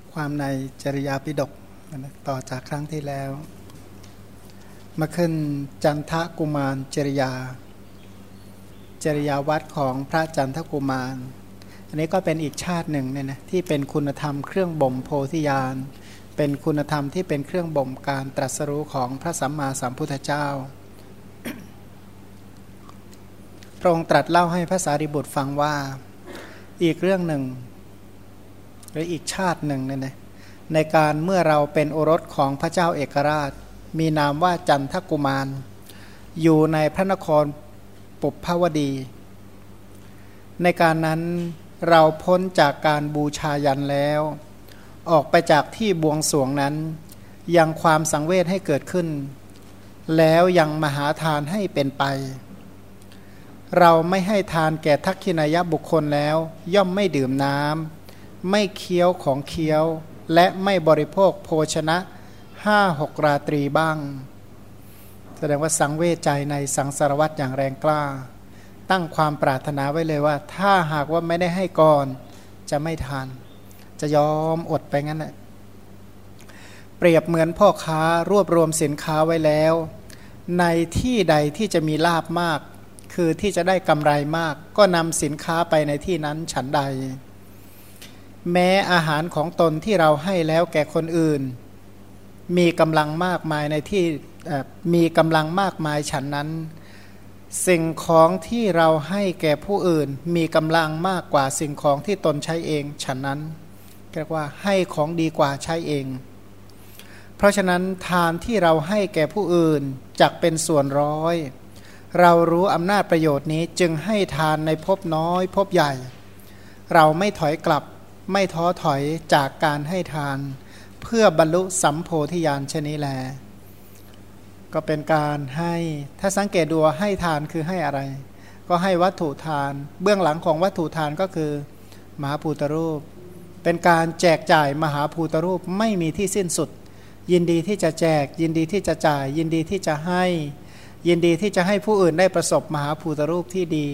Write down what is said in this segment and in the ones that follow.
ความในจริยาปิฎกต่อจากครั้งที่แล้วมาขึ้นจันทกุมารจริยาวัดของพระจันทกุมารอันนี้ก็เป็นอีกชาติหนึ่งเนี่ยนะที่เป็นคุณธรรมเครื่องบ่มโพธิญาณเป็นคุณธรรมที่เป็นเครื่องบ่มการตรัสรู้ของพระสัมมาสัมพุทธเจ้าพระองค์ตรัสเล่าให้พระสารีบุตรฟังว่าอีกเรื่องหนึ่งหรืออีกชาติหนึ่งเนี่ยนะในการเมื่อเราเป็นโอรสของพระเจ้าเอกราชมีนามว่าจันทกุมารอยู่ในพระนครปุพพวดีในการนั้นเราพ้นจากการบูชายันแล้วออกไปจากที่บวงสรวงนั้นยังความสังเวชให้เกิดขึ้นแล้วยังมหาทานให้เป็นไปเราไม่ให้ทานแก่ทักขินายบุคคลแล้วย่อมไม่ดื่มน้ำไม่เคี้ยวของเคี้ยวและไม่บริโภคโภชนะ5-6 ราตรีบ้างแสดงว่าสังเวชใจในสังสารวัฏอย่างแรงกล้าตั้งความปรารถนาไว้เลยว่าถ้าหากว่าไม่ได้ให้ก่อนจะไม่ทานจะยอมอดไปงั้นแหละเปรียบเหมือนพ่อค้ารวบรวมสินค้าไว้แล้วในที่ใดที่จะมีลาภมากคือที่จะได้กำไรมากก็นำสินค้าไปในที่นั้นฉันใดแม้อาหารของตนที่เราให้แล้วแก่คนอื่นมีกำลังมากมายในที่มีกำลังมากมายฉันนั้นสิ่งของที่เราให้แก่ผู้อื่นมีกำลังมากกว่าสิ่งของที่ตนใช้เองฉันนั้นเรียกว่าให้ของดีกว่าใช้เองเพราะฉะนั้นทานที่เราให้แก่ผู้อื่นจักเป็นส่วนร้อยเรารู้อำนาจประโยชน์นี้จึงให้ทานในภพน้อยภพใหญ่เราไม่ถอยกลับไม่ท้อถอยจากการให้ทานเพื่อบรรลุสัมโพธิญาณชนี้แลก็เป็นการให้ถ้าสังเกตดูให้ทานคือให้อะไรก็ให้วัตถุทานเบื้องหลังของวัตถุทานก็คือมหาภูตรูปเป็นการแจกจ่ายมหาภูตรูปไม่มีที่สิ้นสุดยินดีที่จะแจกยินดีที่จะจ่ายยินดีที่จะให้ยินดีที่จะให้ผู้อื่นได้ประสบมหาภูตรูปที่ดี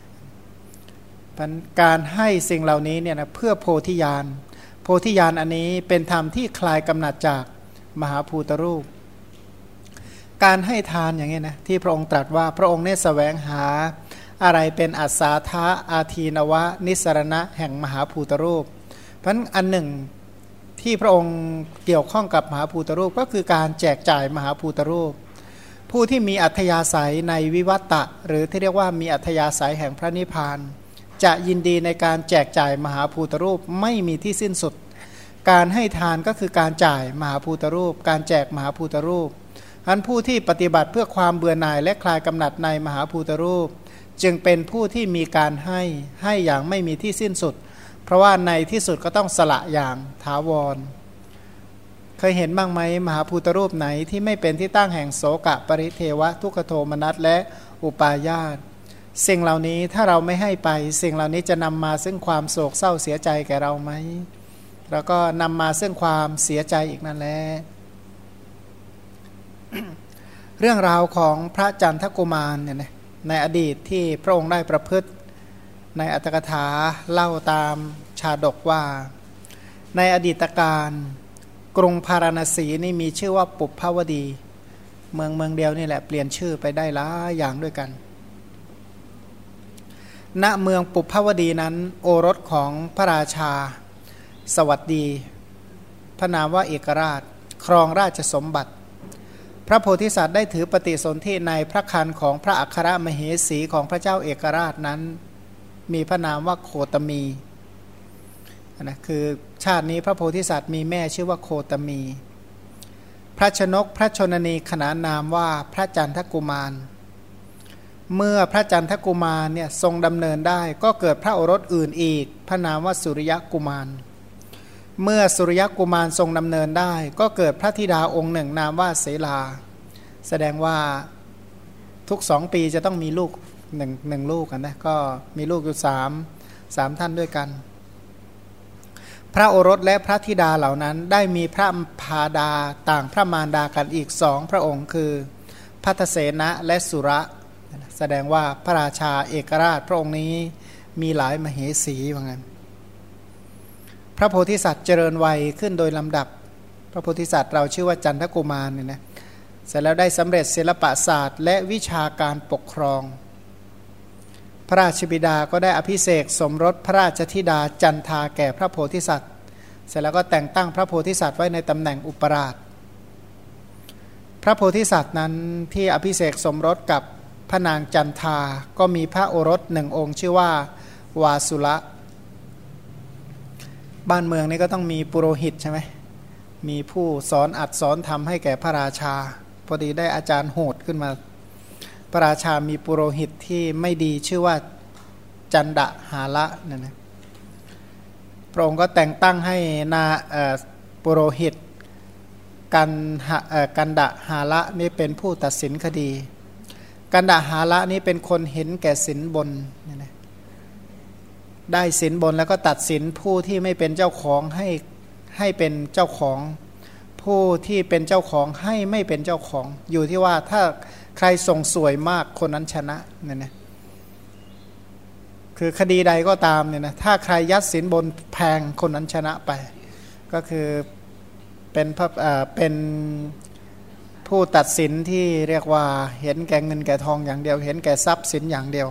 การให้สิ่งเหล่านี้เนี่ยนะเพื่อโพธิญาณโพธิญาณอันนี้เป็นธรรมที่คลายกำหนัดจากมหาภูตรูปการให้ทานอย่างนี้นะที่พระองค์ตรัสว่าพระองค์เนี่ยแสวงหาอะไรเป็นอัศทะอาทีนวะนิสรณะแห่งมหาภูตรูปเพราะฉะนั้นอันหนึ่งที่พระองค์เกี่ยวข้องกับมหาภูตรูปก็คือการแจกจ่ายมหาภูตรูปผู้ที่มีอัธยาศัยในวิวัตตะหรือที่เรียกว่ามีอัธยาศัยแห่งพระนิพพานจะยินดีในการแจกจ่ายมหาภูตรูปไม่มีที่สิ้นสุดการให้ทานก็คือการจ่ายมหาภูตรูปการแจกมหาภูตรูปอันผู้ที่ปฏิบัติเพื่อความเบื่อหน่ายและคลายกำหนัดในมหาภูตรูปจึงเป็นผู้ที่มีการให้อย่างไม่มีที่สิ้นสุดเพราะว่าในที่สุดก็ต้องสละอย่างถาวรเคยเห็นบ้างไหมมหาภูตรูปไหนที่ไม่เป็นที่ตั้งแห่งโสกะปริเทวะทุกขโทมนัสและอุปาญาตสิ่งเหล่านี้ถ้าเราไม่ให้ไปสิ่งเหล่านี้จะนำมาซึ่งความโศกเศร้าเสียใจแก่เราไหมแล้วก็นำมาซึ่งความเสียใจอีกนั่นแหละเรื่องราวของพระจันทกุมารเนี่ยในอดีตที่พระองค์ได้ประพฤติในอัตถกถาเล่าตามชาดกว่าในอดีตการกรุงพาราณสีนี่มีชื่อว่าปุพพวดีเมืองเดียวนี่แหละเปลี่ยนชื่อไปได้หลายอย่างด้วยกันณเมืองปุพพวดีนั้นโอรสของพระราชาสวัสดีพระนามว่าเอกราชครองราชสมบัติพระโพธิสัตว์ได้ถือปฏิสนธิในพระครรภ์ของพระอัครมเหสีของพระเจ้าเอกราชนั้นมีพระนามว่าโคตมีนะคือชาตินี้พระโพธิสัตว์มีแม่ชื่อว่าโคตมีพระชนกพระชนนีขนานนามว่าพระจันทกุมารเมื่อพระจันทกุมารเนี่ยทรงดำเนินได้ก็เกิดพระโอรสอื่นอีกพระนามว่าสุริยกุมารเมื่อสุริยกุมารทรงดำเนินได้ก็เกิดพระธิดาองค์หนึ่งนามว่าเสลาแสดงว่าทุก2 ปีจะต้องมีลูกหนึ่งลูกกันนะก็มีลูกอยู่3ท่านด้วยกันพระโอรสและพระธิดาเหล่านั้นได้มีพระพาดาต่างพระมารดากันอีก2 พระองค์คือภัทเสนะและสุระแสดงว่าพระราชาเอกราชพระองค์นี้มีหลายมเหสีว่างั้นพระโพธิสัตว์เจริญวัยขึ้นโดยลำดับพระโพธิสัตว์เราชื่อว่าจันทกุมารเนี่ยนะเสร็จแล้วได้สำเร็จศิลปศาสตร์และวิชาการปกครองพระราชบิดาก็ได้อภิเษกสมรสพระราชธิดาจันทาแก่พระโพธิสัตว์เสร็จแล้วก็แต่งตั้งพระโพธิสัตว์ไว้ในตำแหน่งอุปราชพระโพธิสัตว์นั้นที่อภิเษกสมรสกับพระนางจันทาก็มีพระโอรสหนึ่งองค์ชื่อว่าวาสุละบ้านเมืองนี้ก็ต้องมีปุโรหิตใช่ไหมมีผู้สอนอัดสอนทำให้แก่พระราชาพอดีได้อาจารย์โหดขึ้นมาพระราชามีปุโรหิตที่ไม่ดีชื่อว่าจันดะหาละนั่นนะพระองค์ก็แต่งตั้งให้ปุโรหิตกันดะหาละนี่เป็นผู้ตัดสินคดีกันดะหาละนี่เป็นคนเห็นแก่สินบนนี่นะได้สินบนแล้วก็ตัดสินผู้ที่ไม่เป็นเจ้าของให้เป็นเจ้าของผู้ที่เป็นเจ้าของให้ไม่เป็นเจ้าของอยู่ที่ว่าถ้าใครส่งสวยมากคนนั้นชนะเนี่ยนะคือคดีใดก็ตามเนี่ยนะถ้าใครยัดสินบนแพงคนนั้นชนะไปก็คือเป็นผู้ตัดสินที่เรียกว่าเห็นแก่เงินแก่ทองอย่างเดียวเห็นแก่ทรัพย์สินอย่างเดียว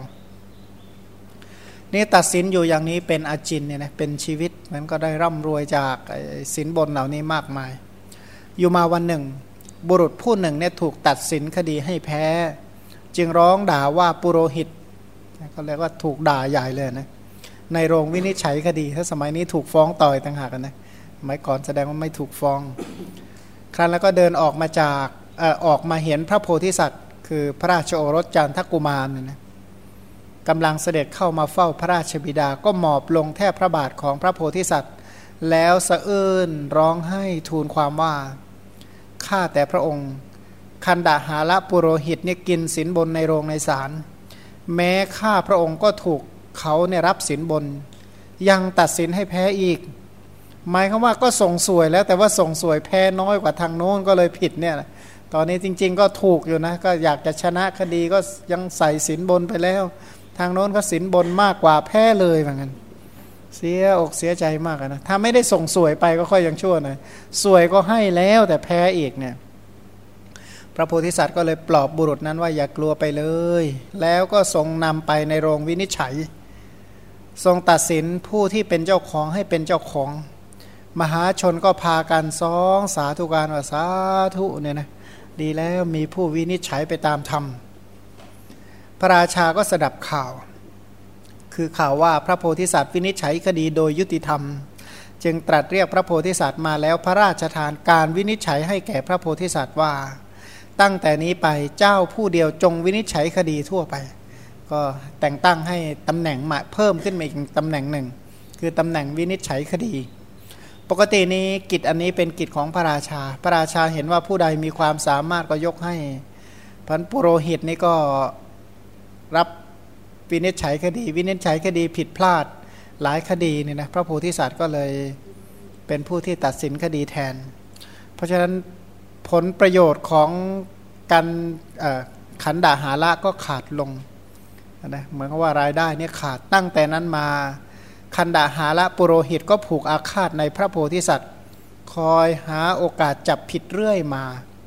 นี่ตัดสินอยู่อย่างนี้เป็นอาจินเนี่ยนะเป็นชีวิตมันก็ได้ร่ำรวยจากสินบนเหล่านี้มากมายอยู่มาวันหนึ่งบุรุษผู้หนึ่งเนี่ยถูกตัดสินคดีให้แพ้จึงร้องด่าว่าปุโรหิตก็เรียกว่าถูกด่าใหญ่เลยนะในโรงวินิจฉัยคดีถ้าสมัยนี้ถูกฟ้องต่อยต่างหากนะสมัยก่อนแสดงว่าไม่ถูกฟ้องครั้นแล้วก็เดินออกมาเห็นพระโพธิสัตว์คือพระราชโอรสจันทกุมารเนี่ยนะกำลังเสด็จเข้ามาเฝ้าพระราชบิดาก็หมอบลงแทบพระบาทของพระโพธิสัตว์แล้วสะอื้นร้องไห้ทูลความว่าข้าแต่พระองค์คันดาหาละปุโรหิตเนี่ยกินสินบนในโรงในศาลแม้ข้าพระองค์ก็ถูกเขาเนี่ยรับสินบนยังตัดสินให้แพ้อีกหมายความว่าก็ส่งสวยแล้วแต่ว่าส่งสวยแพ้น้อยกว่าทางโน้นก็เลยผิดเนี่ยตอนนี้จริงๆก็ถูกอยู่นะก็อยากจะชนะคดีก็ยังใส่สินบนไปแล้วทางโน้นก็สินบนมากกว่าแพ้เลยเหมือนกันเสียอกเสียใจมากนะถ้าไม่ได้ส่งสวยไปก็ค่อยยังชั่วหน่อยสวยก็ให้แล้วแต่แพ้อีกเนี่ยพระโพธิสัตว์ก็เลยปลอบบุรุษนั้นว่าอย่ากลัวไปเลยแล้วก็ทรงนำไปในโรงวินิจฉัยทรงตัดสินผู้ที่เป็นเจ้าของให้เป็นเจ้าของมหาชนก็พากันซ้องสาธุการว่าสาธุเนี่ยนะดีแล้วมีผู้วินิจฉัยไปตามธรรมพระราชาก็สดับข่าวคือข่าวว่าพระโพธิสัตว์วินิจฉัยคดีโดยยุติธรรมจึงตรัสเรียกพระโพธิสัตว์มาแล้วพระราชทานการวินิจฉัยให้แก่พระโพธิสัตว์ว่าตั้งแต่นี้ไปเจ้าผู้เดียวจงวินิจฉัยคดีทั่วไปก็แต่งตั้งให้ตำแหน่งมาเพิ่มขึ้นมาอีกตำแหน่งหนึ่งคือตำแหน่งวินิจฉัยคดีปกตินี้กิจอันนี้เป็นกิจของพระราชาพระราชาเห็นว่าผู้ใดมีความสามารถก็ยกให้พันปุโรหิตนี่ก็รับวินิจฉัยคดีวินิจฉัยคดีผิดพลาดหลายคดีเนี่ยนะพระโพธิสัตว์ก็เลยเป็นผู้ที่ตัดสินคดีแทนเพราะฉะนั้นผลประโยชน์ของการขันดาหาละก็ขาดลงนะเหมือนกับว่ารายได้เนี่ยขาดตั้งแต่นั้นมาขันดาหาละปุโรหิตก็ผูกอาฆาตในพระโพธิสัตว์คอยหาโอกาสจับผิดเรื่อยมา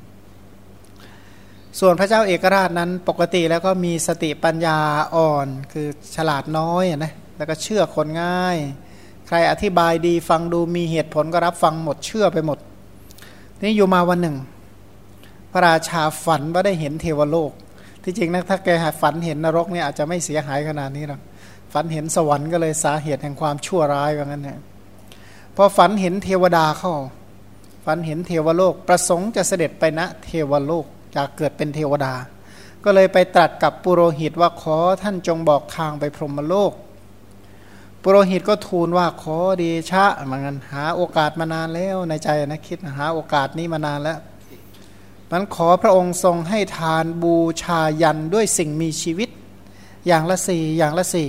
ส่วนพระเจ้าเอกราชนั้นปกติแล้วก็มีสติปัญญาอ่อนคือฉลาดน้อยนะแล้วก็เชื่อคนง่ายใครอธิบายดีฟังดูมีเหตุผลก็รับฟังหมดเชื่อไปหมดนี่อยู่มาวันหนึ่งพระราชาฝันว่าได้เห็นเทวโลกที่จริงนะถ้าแกฝันเห็นนรกเนี่ยอาจจะไม่เสียหายขนาดนี้หรอกฝันเห็นสวรรค์ก็เลยสาเหตุแห่งความชั่วร้ายว่างั้นเนี่ยพอฝันเห็นเทวดาเข้าฝันเห็นเทวโลกประสงค์จะเสด็จไปณเทวโลกจากเกิดเป็นเทวดาก็เลยไปตรัสกับปุโรหิตว่าขอท่านจงบอกทางไปพรหมโลกปุโรหิตก็ทูลว่าขอเดชะเหมือนกันหาโอกาสมานานแล้วในใจนะคิดหาโอกาสนี้มานานแล้วมันขอพระองค์ทรงให้ทานบูชายันด้วยสิ่งมีชีวิตอย่างละสี่อย่างละสี่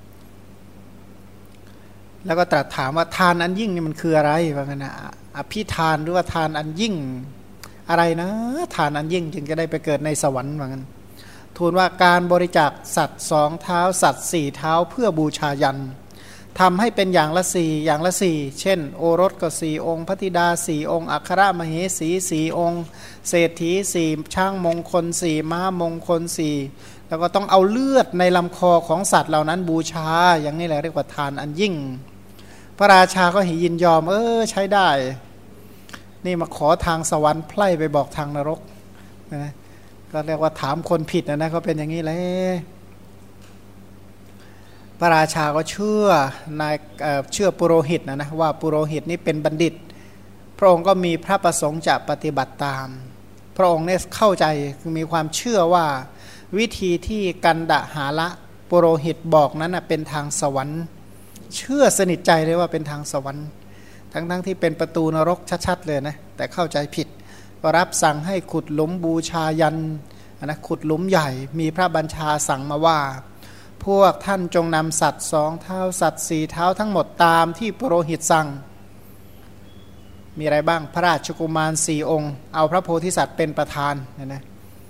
แล้วก็ตรัสถามว่าทานอันยิ่งนี่มันคืออะไรว่างั้นนะอภิทานหรือว่าทานอันยิ่งอะไรนะทานอันยิ่งจึงจะได้ไปเกิดในสวรรค์ว่างั้นทูลว่าการบริจาคสัตว์2 เท้าสัตว์4 เท้าเพื่อบูชายันทำให้เป็นอย่างละสี่อย่างละสี่เช่นโอรสก็สี่องค์พระธิดาสี่องค์อัครมเหสีสี่องค์เศรษฐีสี่ช่างมงคลสี่ม้ามงคลสี่แล้วก็ต้องเอาเลือดในลำคอของสัตว์เหล่านั้นบูชาอย่างนี้แหละเรียกว่าทานอันยิ่งพระราชาก็เห็นยินยอมใช้ได้นี่มาขอทางสวรรค์ไพร่ไปบอกทางนรกนะก็เรียกว่าถามคนผิดนะเขาเป็นอย่างนี้เลยพระราชาก็เชื่อปุโรหิตนะว่าปุโรหิตนี่เป็นบัณฑิตพระองค์ก็มีพระประสงค์จะปฏิบัติตามพระองค์เนี่ยเข้าใจคือมีความเชื่อว่าวิธีที่กันดหาละปุโรหิตบอกนั้นเป็นทางสวรรค์เชื่อสนิทใจเลยว่าเป็นทางสวรรค์ทั้งที่เป็นประตูนรกชัดๆเลยนะแต่เข้าใจผิดก็รับสั่งให้ขุดหลุมบูชายันนะขุดหลุมใหญ่มีพระบัญชาสั่งมาว่าพวกท่านจงนำสัตว์2 เท้าสัตว์4 เท้าทั้งหมดตามที่ปุโรหิตสั่งมีอะไรบ้างพระราชกุมาร4 องค์เอาพระโพธิสัตว์เป็นประธานนะ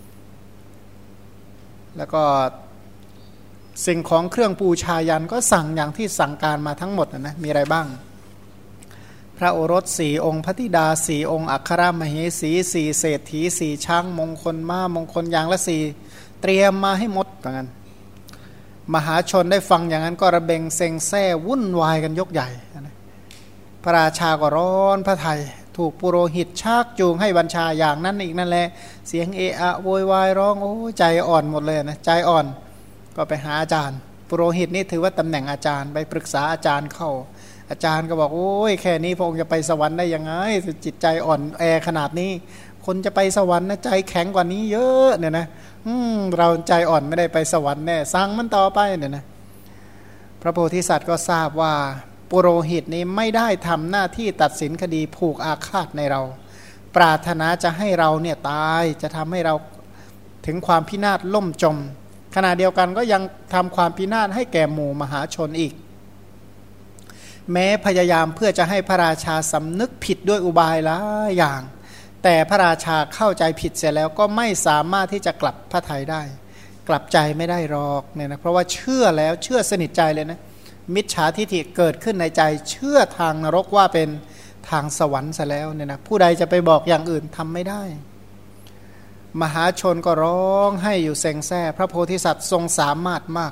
แล้วก็สิ่งของเครื่องบูชายันก็สั่งอย่างที่สั่งการมาทั้งหมดนะมีอะไรบ้างพระโอรส4 องค์พระธิดา4 องค์อัครมเหสี4เศรษฐี4ช้างมงคลม้ามงคลอย่างละ4เตรียมมาให้หมดอย่างนั้นมหาชนได้ฟังอย่างนั้นก็ระเบงเซ็งแซ่วุ่นวายกันยกใหญ่นะพระราชาก็ร้อนพระทัยถูกปุโรหิตชักจูงให้บัญชาอย่างนั้นอีกนั่นแหละเสียงเอะอะโวยวายร้องโอ้ใจอ่อนหมดเลยนะใจอ่อนก็ไปหาอาจารย์ปุโรหิตนี่ถือว่าตำแหน่งอาจารย์ไปปรึกษาอาจารย์เข้าอาจารย์ก็บอกโอ้ยแค่นี้พระองค์จะไปสวรรค์ได้ยังไงจิตใจอ่อนแอขนาดนี้คนจะไปสวรรค์นะใจแข็งกว่านี้เยอะเนี่ยนะเราใจอ่อนไม่ได้ไปสวรรค์แน่สั่งมันต่อไปเนี่ยนะพระโพธิสัตว์ก็ทราบว่าปุโรหิตนี้ไม่ได้ทำหน้าที่ตัดสินคดีผูกอาฆาตในเราปรารถนาจะให้เราเนี่ยตายจะทำให้เราถึงความพินาศล่มจมขณะเดียวกันก็ยังทำความพินาศให้แก่หมู่มหาชนอีกแม้พยายามเพื่อจะให้พระราชาสำนึกผิดด้วยอุบายหลายอย่างแต่พระราชาเข้าใจผิดเสียแล้วก็ไม่สามารถที่จะกลับพระทัยได้กลับใจไม่ได้หรอกเนี่ยนะเพราะว่าเชื่อแล้วเชื่อสนิทใจเลยนะมิจฉาทิฐิเกิดขึ้นในใจเชื่อทางนรกว่าเป็นทางสวรรค์ซะแล้วเนี่ยนะผู้ใดจะไปบอกอย่างอื่นทำไม่ได้มหาชนก็ร้องให้อยู่เซ็งแซ่พระโพธิสัตว์ทรงสามารถมาก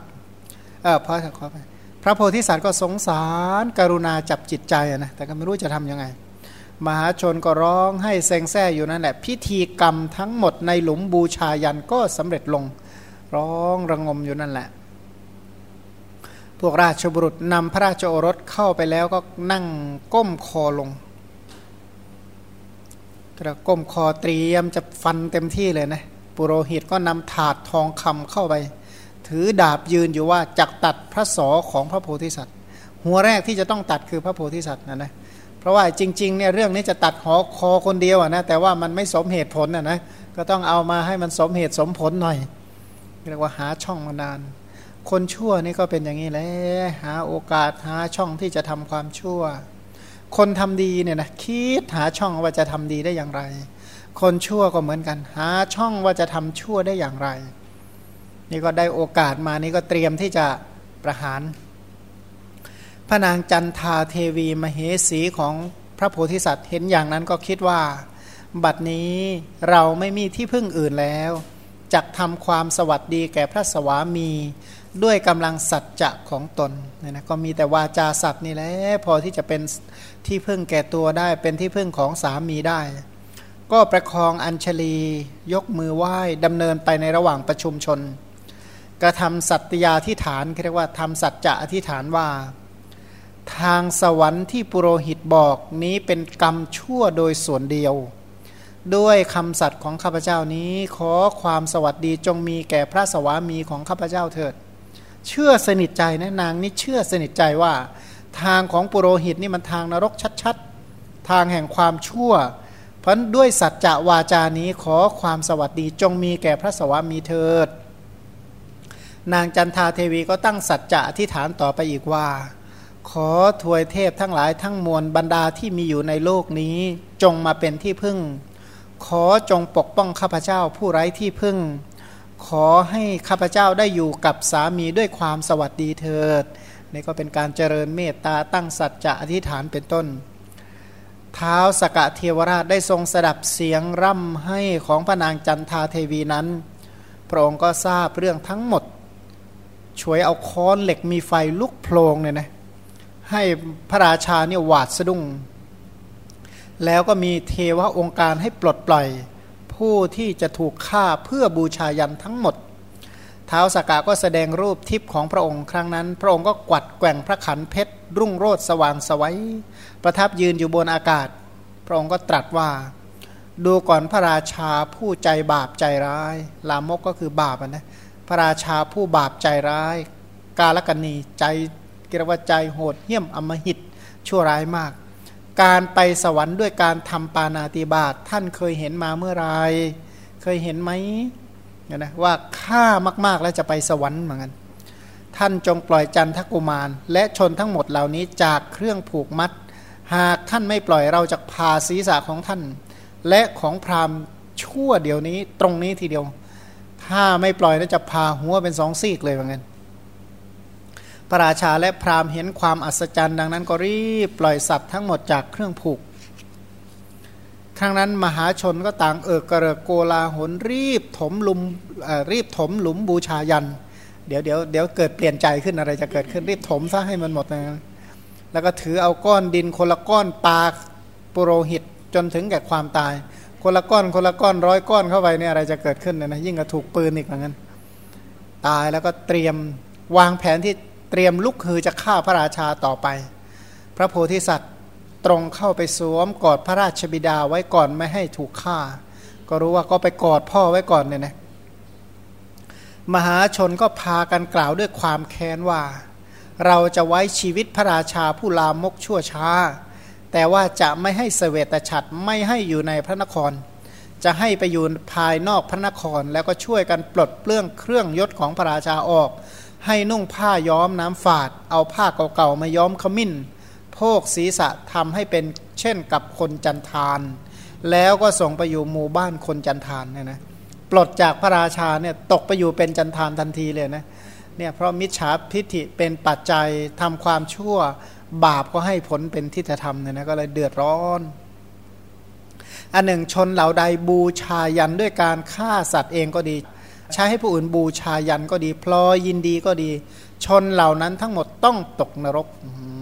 พระโพธิสัตว์ก็สงสารกรุณาจับจิตใจนะแต่ก็ไม่รู้จะทำยังไงมหาชนก็ร้องให้เซ็งแซ่อยู่นั่นแหละพิธีกรรมทั้งหมดในหลุมบูชายันก็สำเร็จลงร้องระงมอยู่นั่นแหละพวกราชบุรุษนำพระราชโอรสเข้าไปแล้วก็นั่งก้มคอลงกระก้มคอเตรียมจะฟันเต็มที่เลยนะปุโรหิตก็นำถาดทองคำเข้าไปถือดาบยืนอยู่ว่าจักตัดพระศอกของพระโพธิสัตว์หัวแรกที่จะต้องตัดคือพระโพธิสัตว์นะเพราะว่าจริงๆเนี่ยเรื่องนี้จะตัดหอคอคนเดียวนะแต่ว่ามันไม่สมเหตุผลนะก็ต้องเอามาให้มันสมเหตุสมผลหน่อยเรียกว่าหาช่องมานานคนชั่วนี่ก็เป็นอย่างนี้แหละหาโอกาสหาช่องที่จะทำความชั่วคนทำดีเนี่ยนะคิดหาช่องว่าจะทำดีได้อย่างไรคนชั่วก็เหมือนกันหาช่องว่าจะทำชั่วได้อย่างไรนี่ก็ได้โอกาสมานี่ก็เตรียมที่จะประหารพระนางจันทาเทวีมเหสีของพระโพธิสัตว์เห็นอย่างนั้นก็คิดว่าบัดนี้เราไม่มีที่พึ่งอื่นแล้วจักทำความสวัสดีแก่พระสวามีด้วยกำลังสัจจะของตนเนี่ยนะก็มีแต่วาจาสัตย์นี่แหละพอที่จะเป็นที่พึ่งแก่ตัวได้เป็นที่พึ่งของสามีได้ก็ประคองอัญชลียกมือไหว้ดำเนินไปในระหว่างประชุมชนกระทำสัตยาธิฐานเรียกว่าทำสัจจะอธิษฐานว่าทางสวรรค์ที่ปุโรหิตบอกนี้เป็นกรรมชั่วโดยส่วนเดียวด้วยคำสัตย์ของข้าพเจ้านี้ขอความสวัสดีจงมีแก่พระสวามีของข้าพเจ้าเถิดเชื่อสนิทใจนะนางนี่เชื่อสนิทใจว่าทางของปุโรหิตนี่มันทางนรกชัดๆทางแห่งความชั่วเพราะด้วยสัจจะวาจานี้ขอความสวัสดีจงมีแก่พระสวามีเถิดนางจันทาเทวีก็ตั้งสัจจะอธิษฐานต่อไปอีกว่าขอทวยเทพทั้งหลายทั้งมวลบรรดาที่มีอยู่ในโลกนี้จงมาเป็นที่พึ่งขอจงปกป้องข้าพเจ้าผู้ไร้ที่พึ่งขอให้ข้าพเจ้าได้อยู่กับสามีด้วยความสวัสดีเถิดนี่ก็เป็นการเจริญเมตตาตั้งสัจจะอธิษฐานเป็นต้นท้าวสกเทวราชได้ทรงสดับเสียงร่ำให้ของพระนางจันทาเทวีนั้นพระองค์ก็ทราบเรื่องทั้งหมดช่วยเอาค้อนเหล็กมีไฟลุกโพลงเนี่ยนะให้พระราชาเนี่ยหวาดสะดุ้งแล้วก็มีเทวะองค์การให้ปลดปล่อยผู้ที่จะถูกฆ่าเพื่อบูชายันทั้งหมดท้าวสักกะก็แสดงรูปทิพย์ของพระองค์ครั้งนั้นพระองค์ก็กวัดแกว่งพระขันเพชรรุ่งโรจน์สว่างไสวประทับยืนอยู่บนอากาศพระองค์ก็ตรัสว่าดูก่อนพระราชาผู้ใจบาปใจร้ายลามกก็คือบาปนะพระราชาผู้บาปใจร้ายกาลกันนีใจกิรวใจโหดเหี้ยมอำมหิตชั่วร้ายมากการไปสวรรค์ด้วยการทำปาณาติบาตท่านเคยเห็นมาเมื่อไรเคยเห็นไหมนะว่าฆ่ามากๆแล้วจะไปสวรรค์เหมือนกันท่านจงปล่อยจันทกุมารและชนทั้งหมดเหล่านี้จากเครื่องผูกมัดหากท่านไม่ปล่อยเราจะพาศีรษะของท่านและของพราหมณ์ชั่วเดี๋ยวนี้ตรงนี้ทีเดียวถ้าไม่ปล่อยแล้วจะพาหัวเป็นสองซีกเลยเหมือนกันพระราชาและพราหมณ์เห็นความอัศจรรย์ดังนั้นก็รีบปล่อยสัตว์ทั้งหมดจากเครื่องผูกครั้งนั้นมหาชนก็ต่างเอิกกระเริกโกลาหลรีบถมหลุมบูชายันเดี๋ยวเกิดเปลี่ยนใจขึ้นอะไรจะเกิดขึ้นรีบถมซะให้มันหมดนะแล้วก็ถือเอาก้อนดินคนละก้อนปาปุโรหิตจนถึงแก่ความตายคนละก้อน100 ก้อนเข้าไปเนี่ยอะไรจะเกิดขึ้นนะยิ่งกระถูกปืนอีกเหมือนกันตายแล้วก็เตรียมวางแผนที่เตรียมลุกฮือจะฆ่าพระราชาต่อไปพระโพธิสัตว์ตรงเข้าไปสวมกอดพระราชบิดาไว้ก่อนไม่ให้ถูกฆ่าก็รู้ว่าก็ไปกอดพ่อไว้ก่อนเนี่ยนะมหาชนก็พากันกล่าวด้วยความแค้นว่าเราจะไว้ชีวิตพระราชาผู้ลามกชั่วช้าแต่ว่าจะไม่ให้เสวตฉัตรไม่ให้อยู่ในพระนครจะให้ไปอยู่ภายนอกพระนครแล้วก็ช่วยกันปลดเปลื้องเครื่องยศของพระราชาออกให้นุ่งผ้าย้อมน้ำฝาดเอาผ้าเก่าๆมาย้อมขมิ้นโพกศีรษะทำให้เป็นเช่นกับคนจันทานแล้วก็ส่งไปอยู่หมู่บ้านคนจันทานเนี่ยนะปลดจากพระราชาเนี่ยตกไปอยู่เป็นจันทานทันทีเลยนะเนี่ยเพราะมิจฉาทิฏฐิเป็นปัจจัยทำความชั่วบาปก็ให้ผลเป็นทิฏฐธรรมเนี่ยนะก็เลยเดือดร้อนอันหนึ่งชนเหล่าใดบูชายันด้วยการฆ่าสัตว์เองก็ดีใช้ให้ผู้อื่นบูชายันก็ดีพลอยยินดีก็ดีชนเหล่านั้นทั้งหมดต้องตกนรก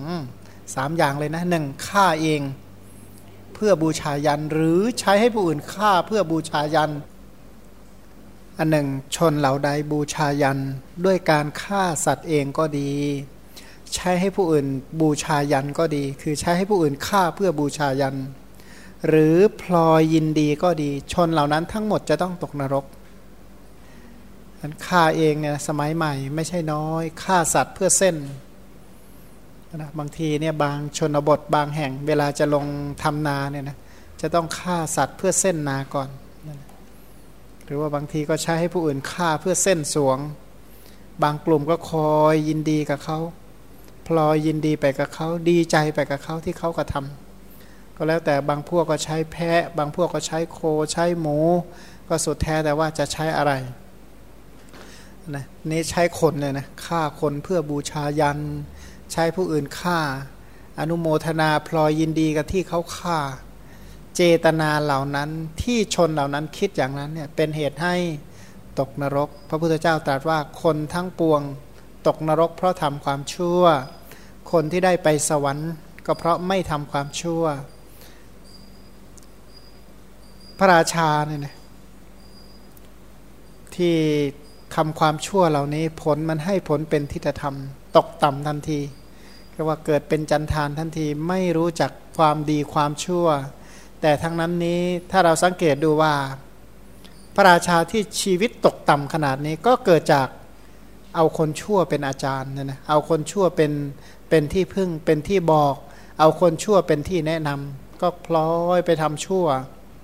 3 อย่างเลยนะ1ฆ่าเองเพื่อบูชายันหรือใช้ให้ผู้อื่นฆ่าเพื่อบูชายันอันหนึ่งชนเหล่าใดบูชายันด้วยการฆ่าสัตว์เองก็ดีใช้ให้ผู้อื่นบูชายันก็ดีคือใช้ให้ผู้อื่นฆ่าเพื่อบูชายันหรือพลอยยินดีก็ดีชนเหล่านั้นทั้งหมดจะต้องตกนรกฆ่าเองเนี่ยสมัยใหม่ไม่ใช่น้อยฆ่าสัตว์เพื่อเส้นนะบางทีเนี่ยบางชนบทบางแห่งเวลาจะลงทำนาเนี่ยนะจะต้องฆ่าสัตว์เพื่อเส้นนาก่อนหรือว่าบางทีก็ใช้ให้ผู้อื่นฆ่าเพื่อเส้นสวงบางกลุ่มก็คอยยินดีกับเขาพลอยยินดีไปกับเขาดีใจไปกับเขาที่เขากระทำก็แล้วแต่บางพวกก็ใช้แพะบางพวกก็ใช้โคใช้หมูก็สุดแท้แต่ว่าจะใช้อะไรนะนี่ใช้คนเลยนะฆ่าคนเพื่อบูชายันใช้ผู้อื่นฆ่าอนุโมทนาพลอยยินดีกับที่เขาฆ่าเจตนาเหล่านั้นที่ชนเหล่านั้นคิดอย่างนั้นเนี่ยเป็นเหตุให้ตกนรกพระพุทธเจ้าตรัสว่าคนทั้งปวงตกนรกเพราะทำความชั่วคนที่ได้ไปสวรรค์ก็เพราะไม่ทำความชั่วพระราชาเนี่ยนะที่ทำความชั่วเหล่านี้ผลมันให้ผลเป็นทิฏฐธรรมตกต่ำทันทีก็ว่าเกิดเป็นจันทานทันทีไม่รู้จักความดีความชั่วแต่ทั้งนั้นนี้ถ้าเราสังเกตดูว่าพระราชาที่ชีวิตตกต่ำขนาดนี้ก็เกิดจากเอาคนชั่วเป็นอาจารย์นะเอาคนชั่วเป็นที่พึ่งเป็นที่บอกเอาคนชั่วเป็นที่แนะนำก็พลอยไปทำชั่ว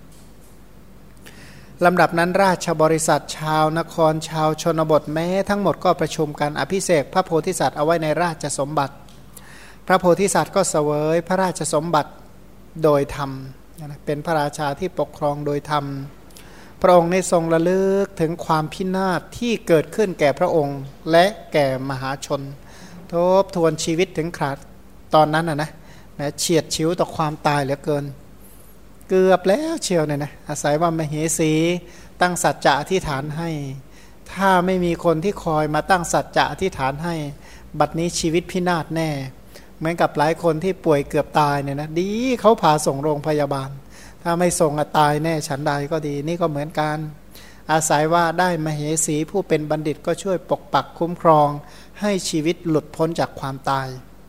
ลำดับนั้นราชบริษัทชาวนครชาวชนบทแม้ทั้งหมดก็ประชุมกันอภิเษกพระโพธิสัตว์เอาไว้ในราชสมบัติพระโพธิสัตว์ก็เสวยพระราชสมบัติโดยธรรมเป็นพระราชาที่ปกครองโดยธรรมพระองค์ได้ทรงระลึกถึงความพินาศที่เกิดขึ้นแก่พระองค์และแก่มหาชนทบทวนชีวิตถึงขาดตอนนั้นนะแม้เฉียดฉิวต่อความตายเหลือเกินเกือบแล้วเชียวเนี่ยนะอาศัยว่ามเหสีตั้งสัจจะอธิษฐานให้ถ้าไม่มีคนที่คอยมาตั้งสัจจะอธิษฐานให้บัดนี้ชีวิตพินาศแน่เหมือนกับหลายคนที่ป่วยเกือบตายเนี่ยนะดีเขาพาส่งโรงพยาบาลถ้าไม่ส่งตายแน่ฉันใดก็ดีนี่ก็เหมือนกันอาศัยว่าได้มเหสีผู้เป็นบัณฑิตก็ช่วยปกปักคุ้มครองให้ชีวิตหลุดพ้นจากความตาย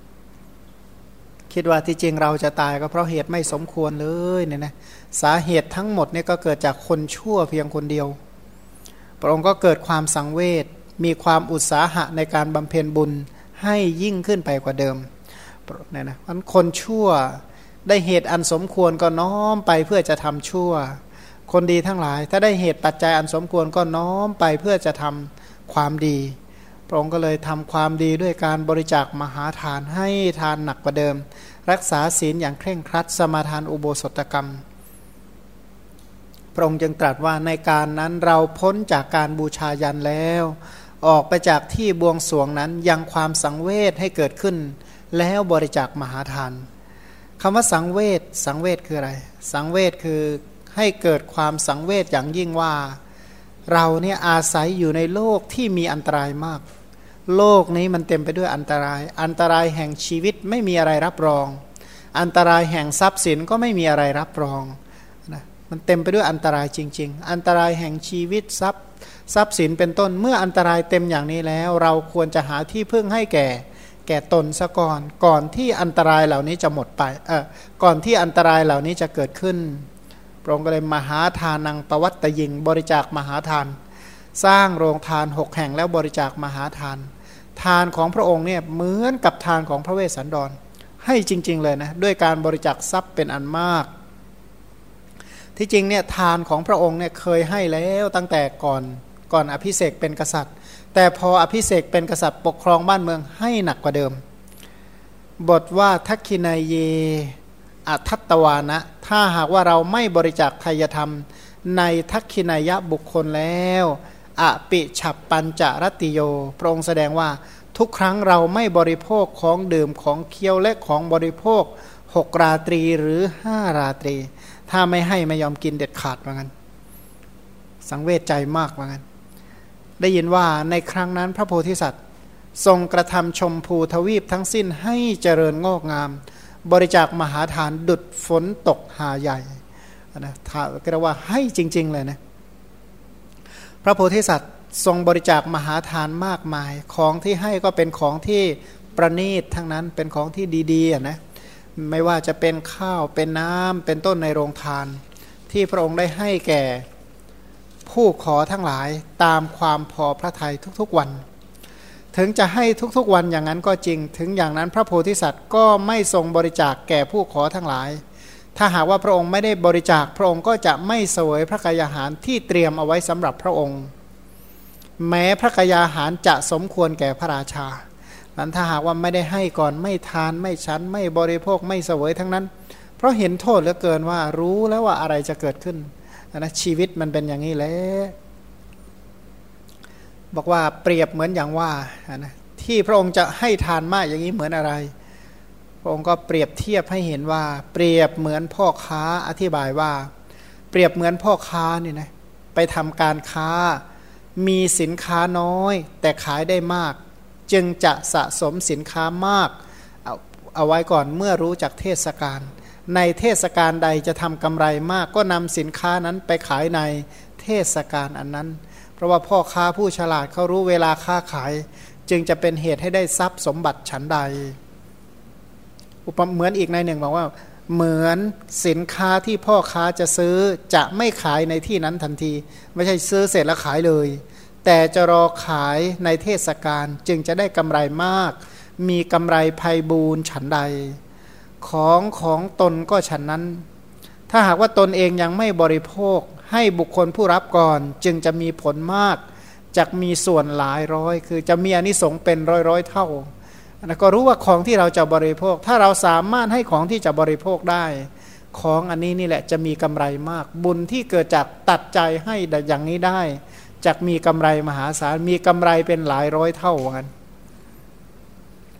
คิดว่าที่จริงเราจะตายก็เพราะเหตุไม่สมควรเลยเนี่ยนะสาเหตุทั้งหมดเนี่ยก็เกิดจากคนชั่วเพียงคนเดียวพระองค์ก็เกิดความสังเวชมีความอุตสาหะในการบำเพ็ญบุญให้ยิ่งขึ้นไปกว่าเดิมเนี่ยนะคนชั่วได้เหตุอันสมควรก็น้อมไปเพื่อจะทำชั่วคนดีทั้งหลายถ้าได้เหตุปัจจัยอันสมควรก็น้อมไปเพื่อจะทำความดีพระองค์ก็เลยทำความดีด้วยการบริจาคมหาทานให้ทานหนักกว่าเดิมรักษาศีลอย่างเคร่งครัดสมาทานอุโบสถกรรมพระองค์จึงตรัสว่าในการนั้นเราพ้นจากการบูชายันแล้วออกไปจากที่บวงสรวงนั้นยังความสังเวชให้เกิดขึ้นแล้วบริจาคมหาทานคำว่าสังเวชคืออะไรสังเวชคือให้เกิดความสังเวชอย่างยิ่งว่าเราเนี่ยอาศัยอยู่ในโลกที่มีอันตรายมากโลกนี้มันเต็มไปด้วยอันตรายแห่งชีวิตไม่มีอะไรรับรองอันตรายแห่งทรัพย์สินก็ไม่มีอะไรรับรองนะมันเต็มไปด้วยอันตรายจริงๆอันตรายแห่งชีวิตทรัพย์สินเป็นต้นเมื่ออันตรายเต็มอย่างนี้แล้วเราควรจะหาที่พึ่งให้แก่ตนซะก่อนที่อันตรายเหล่านี้จะหมดไปก่อนที่อันตรายเหล่านี้จะเกิดขึ้นพระองค์ก็เลยมหาทานังปวัตตยิงบริจาคมหาทานสร้างโรงทาน6แห่งแล้วบริจาคมหาทานทานของพระองค์เนี่ยเหมือนกับทานของพระเวสสันดรให้จริงๆเลยนะด้วยการบริจาคทรัพย์เป็นอันมากที่จริงเนี่ยทานของพระองค์เนี่ยเคยให้แล้วตั้งแต่ก่อนอภิเษกเป็นกษัตริย์แต่พออภิเษกเป็นกษัตริย์ปกครองบ้านเมืองให้หนักกว่าเดิมบทว่าทักขินายเยอทัตตวานะถ้าหากว่าเราไม่บริจาคทายธรรมในทักขินายะบุคคลแล้วอปิฉับปัญจรติโยพระองค์แสดงว่าทุกครั้งเราไม่บริโภคของดื่มของเคี้ยวและของบริโภค6ราตรีหรือ5ราตรีถ้าไม่ให้ไม่ยอมกินเด็ดขาดว่างั้นสังเวชใจมากว่างั้นได้ยินว่าในครั้งนั้นพระโพธิสัตว์ทรงกระทำชมพูทวีปทั้งสิ้นให้เจริญงอกงามบริจาคมหาทานดุจฝนตกหาใหญ่นะก็เรียกว่าให้จริงๆเลยนะพระโพธิสัตว์ทรงบริจาคมหาทานมากมายของที่ให้ก็เป็นของที่ประณีตทั้งนั้นเป็นของที่ดีๆนะไม่ว่าจะเป็นข้าวเป็นน้ำเป็นต้นในโรงทานที่พระองค์ได้ให้แก่ผู้ขอทั้งหลายตามความพอพระทัยทุกๆวันถึงจะให้ทุกๆวันอย่างนั้นก็จริงถึงอย่างนั้นพระโพธิสัตว์ก็ไม่ทรงบริจาคแก่ผู้ขอทั้งหลายถ้าหากว่าพระองค์ไม่ได้บริจาคพระองค์ก็จะไม่เสวยพระกายาหารที่เตรียมเอาไว้สำหรับพระองค์แม้พระกายาหารจะสมควรแก่พระราชานั้นถ้าหากว่าไม่ได้ให้ก่อนไม่ทานไม่ฉันไม่บริโภคไม่เสวยทั้งนั้นเพราะเห็นโทษเหลือเกินว่ารู้แล้วว่าอะไรจะเกิดขึ้นนะชีวิตมันเป็นอย่างนี้แหละบอกว่าเปรียบเหมือนอย่างว่านะที่พระองค์จะให้ทานมากอย่างนี้เหมือนอะไรพระองค์ก็เปรียบเทียบให้เห็นว่าเปรียบเหมือนพ่อค้าอธิบายว่าเปรียบเหมือนพ่อค้านี่นะไปทำการค้ามีสินค้าน้อยแต่ขายได้มากจึงจะสะสมสินค้ามากเอาไว้ก่อนเมื่อรู้จักเทศกาลในเทศกาลใดจะทำกำไรมากก็นำสินค้านั้นไปขายในเทศกาลอันนั้นเพราะว่าพ่อค้าผู้ฉลาดเขารู้เวลาค้าขายจึงจะเป็นเหตุให้ได้ทรัพย์สมบัติฉันใดเหมือนอีกในหนึ่งบอกว่าเหมือนสินค้าที่พ่อค้าจะซื้อจะไม่ขายในที่นั้นทันทีไม่ใช่ซื้อเสร็จแล้วขายเลยแต่จะรอขายในเทศกาลจึงจะได้กำไรมากมีกำไรไพบูลย์ฉันใดของตนก็ฉันนั้นถ้าหากว่าตนเองยังไม่บริโภคให้บุคคลผู้รับก่อนจึงจะมีผลมากจะมีส่วนหลายร้อยคือจะมีอานิสงส์เป็นร้อยเท่านะก็รู้ว่าของที่เราจะบริโภคถ้าเราสามารถให้ของที่จะบริโภคได้ของอันนี้นี่แหละจะมีกำไรมากบุญที่เกิดจากตัดใจให้อย่างนี้ได้จะมีกำไรมหาศาลมีกำไรเป็นหลายร้อยเท่ากัน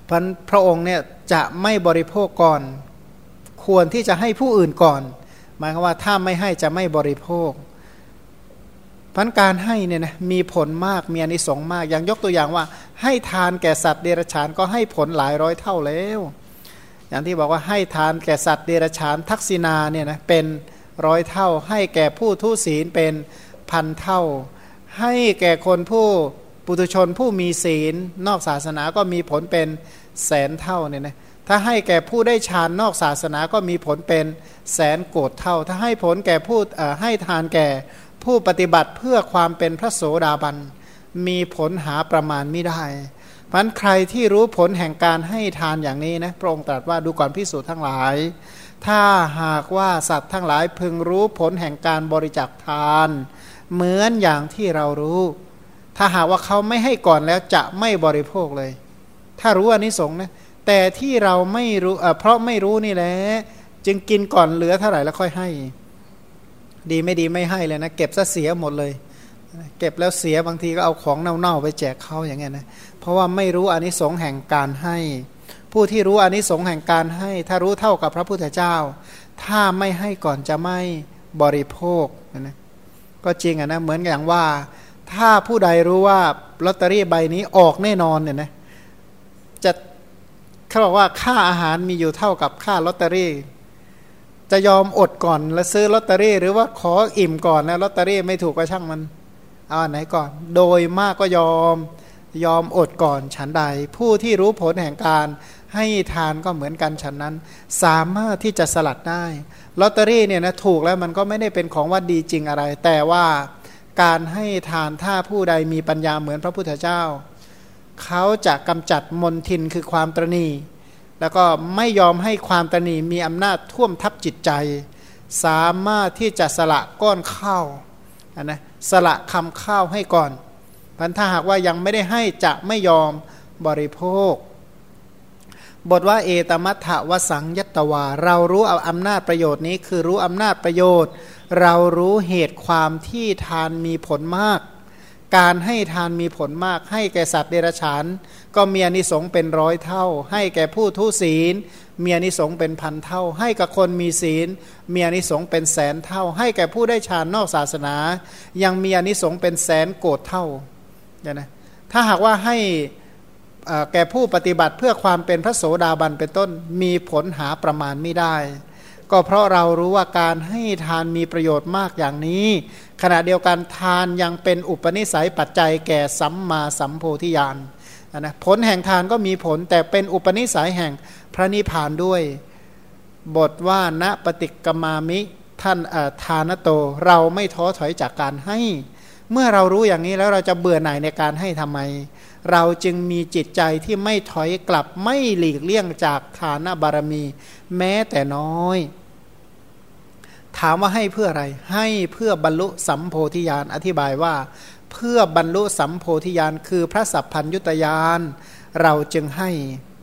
พระองค์เนี่ยจะไม่บริโภคก่อนควรที่จะให้ผู้อื่นก่อนหมายความว่าถ้าไม่ให้จะไม่บริโภคพันการให้เนี่ยนะมีผลมากมีอานิสงส์มากอย่างยกตัวอย่างว่าให้ทานแก่สัตว์เดรัจฉานก็ให้ผลหลายร้อยเท่าแล้วอย่างที่บอกว่าให้ทานแก่สัตว์เดรัจฉานทักษิณาเนี่ยนะเป็นร้อยเท่าให้แก่ผู้ทุศีลเป็นพันเท่าให้แก่คนผู้ปุถุชนผู้มีศีลนอกศาสนาก็มีผลเป็นแสนเท่าเนี่ยนะถ้าให้แก่ผู้ได้ฌานนอกศาสนาก็มีผลเป็นแสนโกฏเท่าถ้าให้ผลแก่ผู้ให้ทานแก่ผู้ปฏิบัติเพื่อความเป็นพระโสดาบันมีผลหาประมาณไม่ได้เพราะฉะนั้นใครที่รู้ผลแห่งการให้ทานอย่างนี้นะพระองค์ตรัสว่าดูก่อนภิกษุทั้งหลายถ้าหากว่าสัตว์ทั้งหลายพึงรู้ผลแห่งการบริจาคทานเหมือนอย่างที่เรารู้ถ้าหากว่าเขาไม่ให้ก่อนแล้วจะไม่บริโภคเลยถ้ารู้อานิสงส์นะแต่ที่เราไม่รู้เพราะไม่รู้นี่แหละจึงกินก่อนเหลือเท่าไหร่แล้วค่อยให้ดีไม่ดีไม่ให้เลยนะเก็บซะเสียหมดเลยเก็บแล้วเสียบางทีก็เอาของเน่าๆไปแจกเขาอย่างเงี้ยนะเพราะว่าไม่รู้อานิสงส์แห่งการให้ผู้ที่รู้อานิสงส์แห่งการให้ถ้ารู้เท่ากับพระพุทธเจ้าถ้าไม่ให้ก่อนจะไม่บริโภคนะก็จริงนะเหมือนอย่างว่าถ้าผู้ใดรู้ว่าลอตเตอรี่ใบนี้ออกแน่นอนเนี่ยนะจะเขาบอกว่าค่าอาหารมีอยู่เท่ากับค่าลอตเตอรี่จะยอมอดก่อนแล้วซื้อลอตเตอรี่หรือว่าขออิ่มก่อนนะลอตเตอรี่ไม่ถูกก็ช่างมันเอาอันไหนก่อนโดยมากก็ยอมอดก่อนฉันใดผู้ที่รู้ผลแห่งการให้ทานก็เหมือนกันฉันนั้นสามารถที่จะสลัดได้ลอตเตอรี่เนี่ยนะถูกแล้วมันก็ไม่ได้เป็นของว่าดีจริงอะไรแต่ว่าการให้ทานถ้าผู้ใดมีปัญญาเหมือนพระพุทธเจ้าเขาจะกำจัดมลทินคือความตระหนี่แล้วก็ไม่ยอมให้ความตระหนี่มีอำนาจท่วมทับจิตใจสามารถที่จะสละก้อนข้าวนะสละคำข้าวให้ก่อนพันถ้าหากว่ายังไม่ได้ให้จะไม่ยอมบริโภคบทว่าเอตมัตถวสังยัตตวาเรารู้เอาอำนาจประโยชน์นี้คือรู้อำนาจประโยชน์เรารู้เหตุความที่ทานมีผลมากการให้ทานมีผลมากให้แก่สัตว์เดรัจฉานก็มีอานิสงส์เป็นร้อยเท่าให้แก่ผู้ทุศีลมีอานิสงส์เป็นพันเท่าให้กับคนมีศีลมีอานิสงส์เป็นแสนเท่าให้แก่ผู้ได้ฌานนอกศาสนายังมีอานิสงส์เป็นแสนโกฏเท่าเนี่ยนะถ้าหากว่าให้แก่ผู้ปฏิบัติเพื่อความเป็นพระโสดาบันเป็นต้นมีผลหาประมาณไม่ได้ก็เพราะเรารู้ว่าการให้ทานมีประโยชน์มากอย่างนี้ขณะเดียวกันทานยังเป็นอุปนิสัยปัจจัยแก่สัมมาสัมโพธิญาณนะผลแห่งทานก็มีผลแต่เป็นอุปนิสัยแห่งพระนิพพานด้วยบทว่าณปฏิกมามิท่านทานโตเราไม่ท้อถอยจากการให้เมื่อเรารู้อย่างนี้แล้วเราจะเบื่อหน่ายในการให้ทำไมเราจึงมีจิตใจที่ไม่ถอยกลับไม่หลีกเลี่ยงจากทานบารมีแม้แต่น้อยถามว่าให้เพื่ออะไรให้เพื่อบรรลุสัมโพธิญาณอธิบายว่าเพื่อบรรลุสัมโพธิญาณคือพระสัพพัญญุตญาณเราจึงให้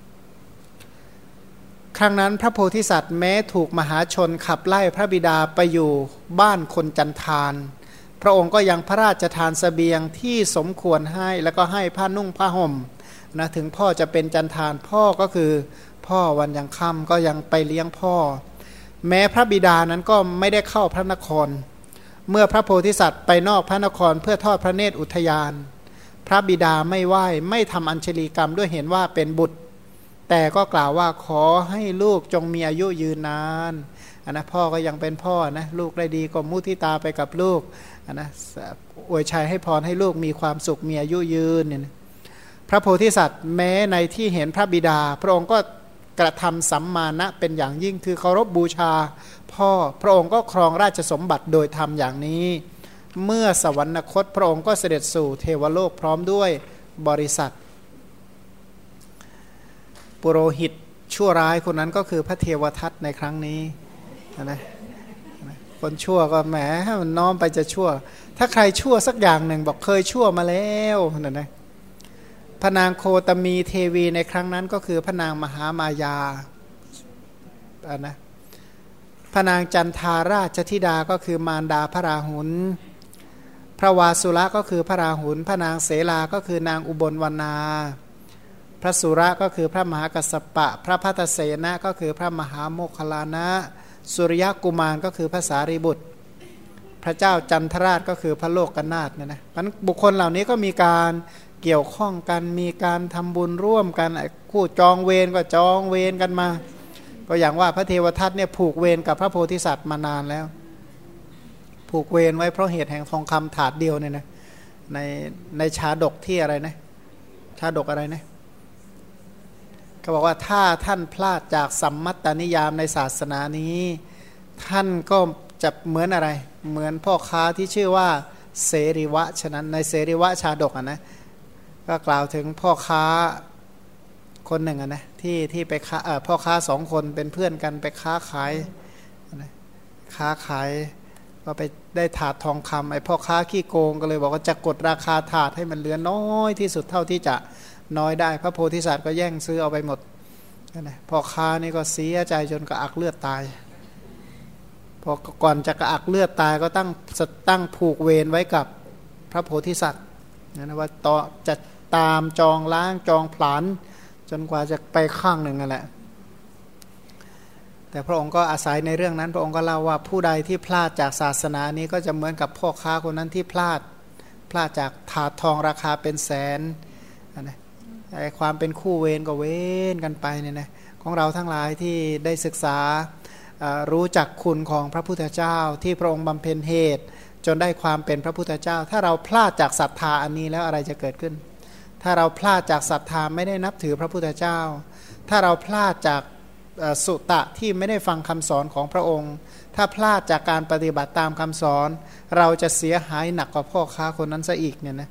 ครั้งนั้นพระโพธิสัตว์แม้ถูกมหาชนขับไล่พระบิดาไปอยู่บ้านคนจันทานพระองค์ก็ยังพระราชทานเสบียงที่สมควรให้แล้วก็ให้ผ้านุ่งผ้าห่มนะถึงพ่อจะเป็นจันทานพ่อก็คือพ่อวันยังค่ำก็ยังไปเลี้ยงพ่อแม้พระบิดานั้นก็ไม่ได้เข้าพระนครเมื่อพระโพธิสัตว์ไปนอกพระนครเพื่อทอดพระเนตรอุทยานพระบิดาไม่ไหว้ไม่ทำอัญชลีกรรมด้วยเห็นว่าเป็นบุตรแต่ก็กล่าวว่าขอให้ลูกจงมีอายุยืนนานนะพ่อก็ยังเป็นพ่อนะลูกได้ดีก็มุทิตาไปกับลูกนะอวยชัยให้พรให้ลูกมีความสุขมีอายุยืนเนี่ยพระโพธิสัตว์แม้ในที่เห็นพระบิดาพระองค์ก็กระทำสัมมานะเป็นอย่างยิ่งคือเคารพบูชาพ่อพระองค์ก็ครองราชสมบัติโดยธรรมอย่างนี้เมื่อสวรรคตพระองค์ก็เสด็จสู่เทวโลกพร้อมด้วยบริษัทปุโรหิตชั่วร้ายคนนั้นก็คือพระเทวทัตในครั้งนี้นะคนชั่วก็แหมมันน้อมไปจะชั่วถ้าใครชั่วสักอย่างหนึ่งบอกเคยชั่วมาแล้วนะพระนางโคตมีเทวีในครั้งนั้นก็คือพระนางมหามายานะพระนางจันทาราชธิดาก็คือมารดาพระราหุลพระวาสุระก็คือพระราหุลพระนางเสลาก็คือนางอุบลวรรณาพระสุระก็คือพระมหากัสสปะพระพัทเสนะก็คือพระมหาโมคคัลลานะสุริยกุมารก็คือพระสารีบุตรพระเจ้าจันทราชก็คือพระโลกนาถเนี่ยนะมันบุคคลเหล่านี้ก็มีการเกี่ยวข้องกันมีการทำบุญร่วมกันคู่จองเวรก็จองเวรกันมาก็อย่างว่าพระเทวทัตเนี่ยผูกเวรกับพระโพธิสัตว์มานานแล้วผูกเวรไว้เพราะเหตุแห่งทองคำถาดเดียวเนี่ยนะในชาดกที่อะไรนะชาดกอะไรนะเขาบอกว่าถ้าท่านพลาดจากสัมมัตตนิยามในศาสนานี้ท่านก็จะเหมือนอะไรเหมือนพ่อค้าที่ชื่อว่าเสริวะฉะนั้นในเสริวะชาดกนะก็กล่าวถึงพ่อค้าคนหนึ่งนะที่ไปค้าพ่อค้าสองคนเป็นเพื่อนกันไปค้าขายค้าขายก็ไปได้ถาดทองคำไอ้พ่อค้าขี้โกงก็เลยบอกว่าจะกดราคาถาดให้มันเหลือน้อยที่สุดเท่าที่จะน้อยได้พระโพธิสัตว์ก็แย่งซื้อเอาไปหมดนะพ่อค้านี่ก็เสียใจจนกระอักเลือดตายพอก่อนจะกระอักเลือดตายก็ตั้งผูกเวรไว้กับพระโพธิสัตว์นะว่าต่อจะตามจองล้างจองผลาญจนกว่าจะไปข้างหนึ่งนั่นแหละแต่พระองค์ก็อาศัยในเรื่องนั้นพระองค์ก็เล่าว่าผู้ใดที่พลาดจากศาสนานี้ก็จะเหมือนกับพ่อค้าคนนั้นที่พลาดจากถาดทองราคาเป็นแสนนะความเป็นคู่เวรก็เว้นกันไปเนี่ยนะของเราทั้งหลายที่ได้ศึกษารู้จักคุณของพระพุทธเจ้าที่พระองค์บำเพ็ญเหตุจนได้ความเป็นพระพุทธเจ้าถ้าเราพลาดจากศรัทธาอันนี้แล้วอะไรจะเกิดขึ้นถ้าเราพลาดจากศรัทธาไม่ได้นับถือพระพุทธเจ้าถ้าเราพลาดจากสุตะที่ไม่ได้ฟังคำสอนของพระองค์ถ้าพลาดจากการปฏิบัติตามคำสอนเราจะเสียหายหนักกว่าพ่อค้าคนนั้นซะอีกเนี่ยนะ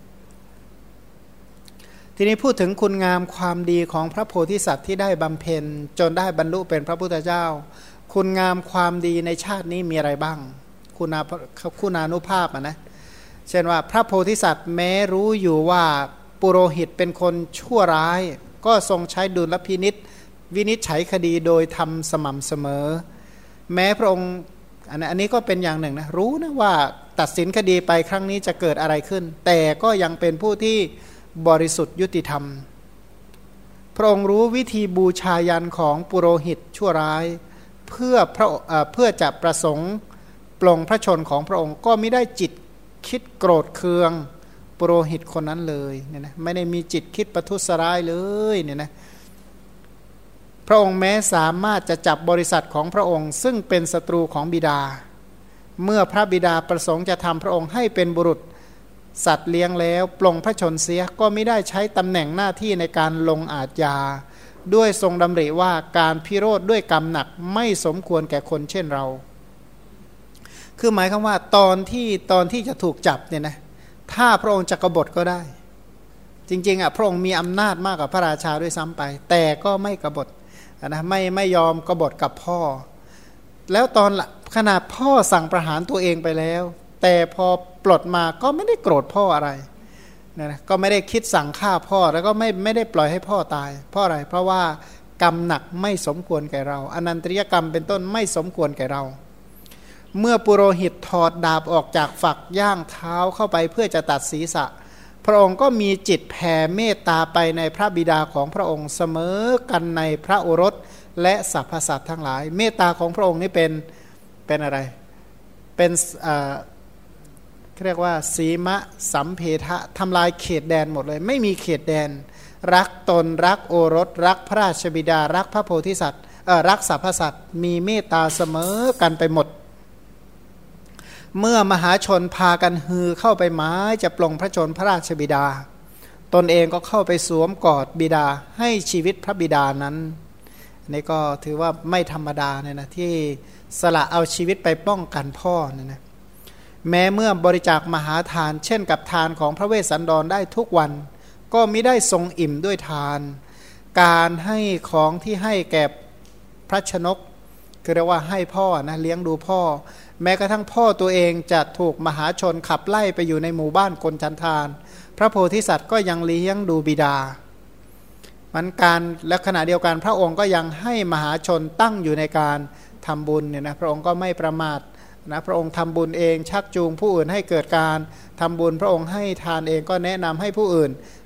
ทีนี้พูดถึงคุณงามความดีของพระโพธิสัตว์ที่ได้บำเพ็ญจนได้บรรลุเป็นพระพุทธเจ้าคุณงามความดีในชาตินี้มีอะไรบ้างคุณานุภาพนะเช่นว่าพระโพธิสัตว์แม้รู้อยู่ว่าปุโรหิตเป็นคนชั่วร้ายก็ทรงใช้ดุลพินิษวินิจฉัยคดีโดยทำสม่ำเสมอแม้พระองค์อันนี้ก็เป็นอย่างหนึ่งนะรู้นะว่าตัดสินคดีไปครั้งนี้จะเกิดอะไรขึ้นแต่ก็ยังเป็นผู้ที่บริสุทธิ์ยุติธรรมพระองค์รู้วิธีบูชายันของปุโรหิตชั่วร้ายเพื่อจะประสงค์ปลงพระชนของพระองค์ก็ไม่ได้จิตคิดโกรธเคืองปุโรหิตคนนั้นเลยเนี่ยนะไม่ได้มีจิตคิดประทุษร้ายเลยเนี่ยนะพระองค์แม้สามารถจะจับบริษัทของพระองค์ซึ่งเป็นศัตรูของบิดาเมื่อพระบิดาประสงค์จะทำพระองค์ให้เป็นบุรุษสัตว์เลี้ยงแล้วปลงพระชนเสียก็ไม่ได้ใช้ตำแหน่งหน้าที่ในการลงอาญาด้วยทรงดำริว่าการพิโรธด้วยกรรมหนักไม่สมควรแก่คนเช่นเราคือหมายความว่าตอนที่จะถูกจับเนี่ยนะถ้าพระองค์จะกบฏก็ได้จริงๆพระองค์มีอำนาจมากกว่าพระราชาด้วยซ้ำไปแต่ก็ไม่กบฏนะไม่ยอมกบฏกับพ่อแล้วตอนขนาดพ่อสั่งประหารตัวเองไปแล้วแต่พอปลดมาก็ไม่ได้โกรธพ่ออะไรนะก็ไม่ได้คิดสั่งฆ่าพ่อแล้วก็ไม่ได้ปล่อยให้พ่อตายเพราะอะไรเพราะว่ากรรมหนักไม่สมควรแก่เราอนันตริยกรรมเป็นต้นไม่สมควรแก่เราเมื่อปุโรหิตถอดดาบออกจากฝักย่างเท้าเข้าไปเพื่อจะตัดศีรษะพระองค์ก็มีจิตแผ่เมตตาไปในพระบิดาของพระองค์เสมอกันในพระโอรสและสรรพสัตว์ทั้งหลายเมตตาของพระองค์นี่เป็นอะไรเป็นเรียกว่าสีมะสัมเพทะทำลายเขตแดนหมดเลยไม่มีเขตแดนรักตนรักโอรสรักพระราชบิดารักพระโพธิสัตว์รักสรรพสัตว์มีเมตตาเสมอกันไปหมดเมื่อมหาชนพากันฮือเข้าไปหมายจะปลงพระชนพระราชบิดาตนเองก็เข้าไปสวมกอดบิดาให้ชีวิตพระบิดานั้นนี่ก็ถือว่าไม่ธรรมดาเนี่ยนะที่สละเอาชีวิตไปป้องกันพ่อเนี่ยนะแม้เมื่อบริจาคมหาทานเช่นกับทานของพระเวสสันดรได้ทุกวันก็มิได้ทรงอิ่มด้วยทานการให้ของที่ให้แก่พระชนกคือเรียกว่าให้พ่อนะเลี้ยงดูพ่อแม้กระทั่งพ่อตัวเองจะถูกมหาชนขับไล่ไปอยู่ในหมู่บ้านคนชันทานพระโพธิสัตว์ก็ยังเลี้ยงดูบิดามันการและขณะเดียวกันพระองค์ก็ยังให้มหาชนตั้งอยู่ในการทำบุญเนี่ยนะพระองค์ก็ไม่ประมาทนะพระองค์ทำบุญเองชักจูงผู้อื่นให้เกิดการทำบุญพระองค์ให้ทานเองก็แนะนำให้ผู้อื่น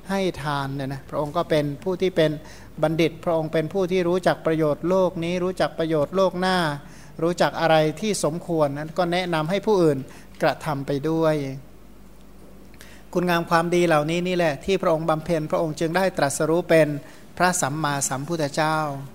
ให้ทานเนี่ยนะพระองค์ก็เป็นผู้ที่เป็นบัณฑิตพระองค์เป็นผู้ที่รู้จักประโยชน์โลกนี้รู้จักประโยชน์โลกหน้ารู้จักอะไรที่สมควรนั้นก็แนะนำให้ผู้อื่นกระทำไปด้วยคุณงามความดีเหล่านี้นี่แหละที่พระองค์บำเพ็ญพระองค์จึงได้ตรัสรู้เป็นพระสัมมาสัมพุทธเจ้า